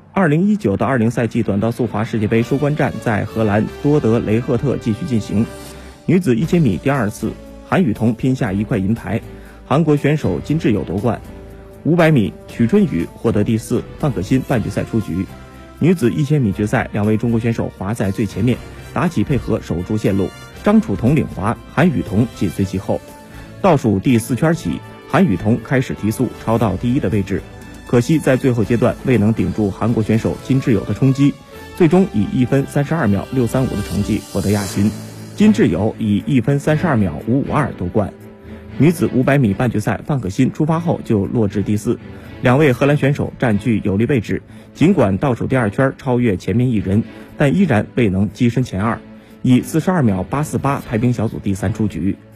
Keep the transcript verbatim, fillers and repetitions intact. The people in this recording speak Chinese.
二零一九到二零赛季短道速滑世界杯收官战在荷兰多德雷赫特继续进行。女子一千米第二次，韩雨桐拼下一块银牌，韩国选手金智友夺冠。五百米，曲春雨获得第四，范可新半决赛出局。女子一千米决赛，两位中国选手滑在最前面，打起配合守住线路，张楚彤领滑，韩雨桐紧随其后。倒数第四圈起，韩雨桐开始提速，超到第一的位置。可惜在最后阶段未能顶住韩国选手金智友的冲击，最终以一分三十二秒六三五的成绩获得亚军。金智友以一分三十二秒五五二夺冠。女子五百米半决赛，范可新出发后就落至第四，两位荷兰选手占据有利位置，尽管倒数第二圈超越前面一人，但依然未能跻身前二，以四十二秒八四八排兵小组第三出局。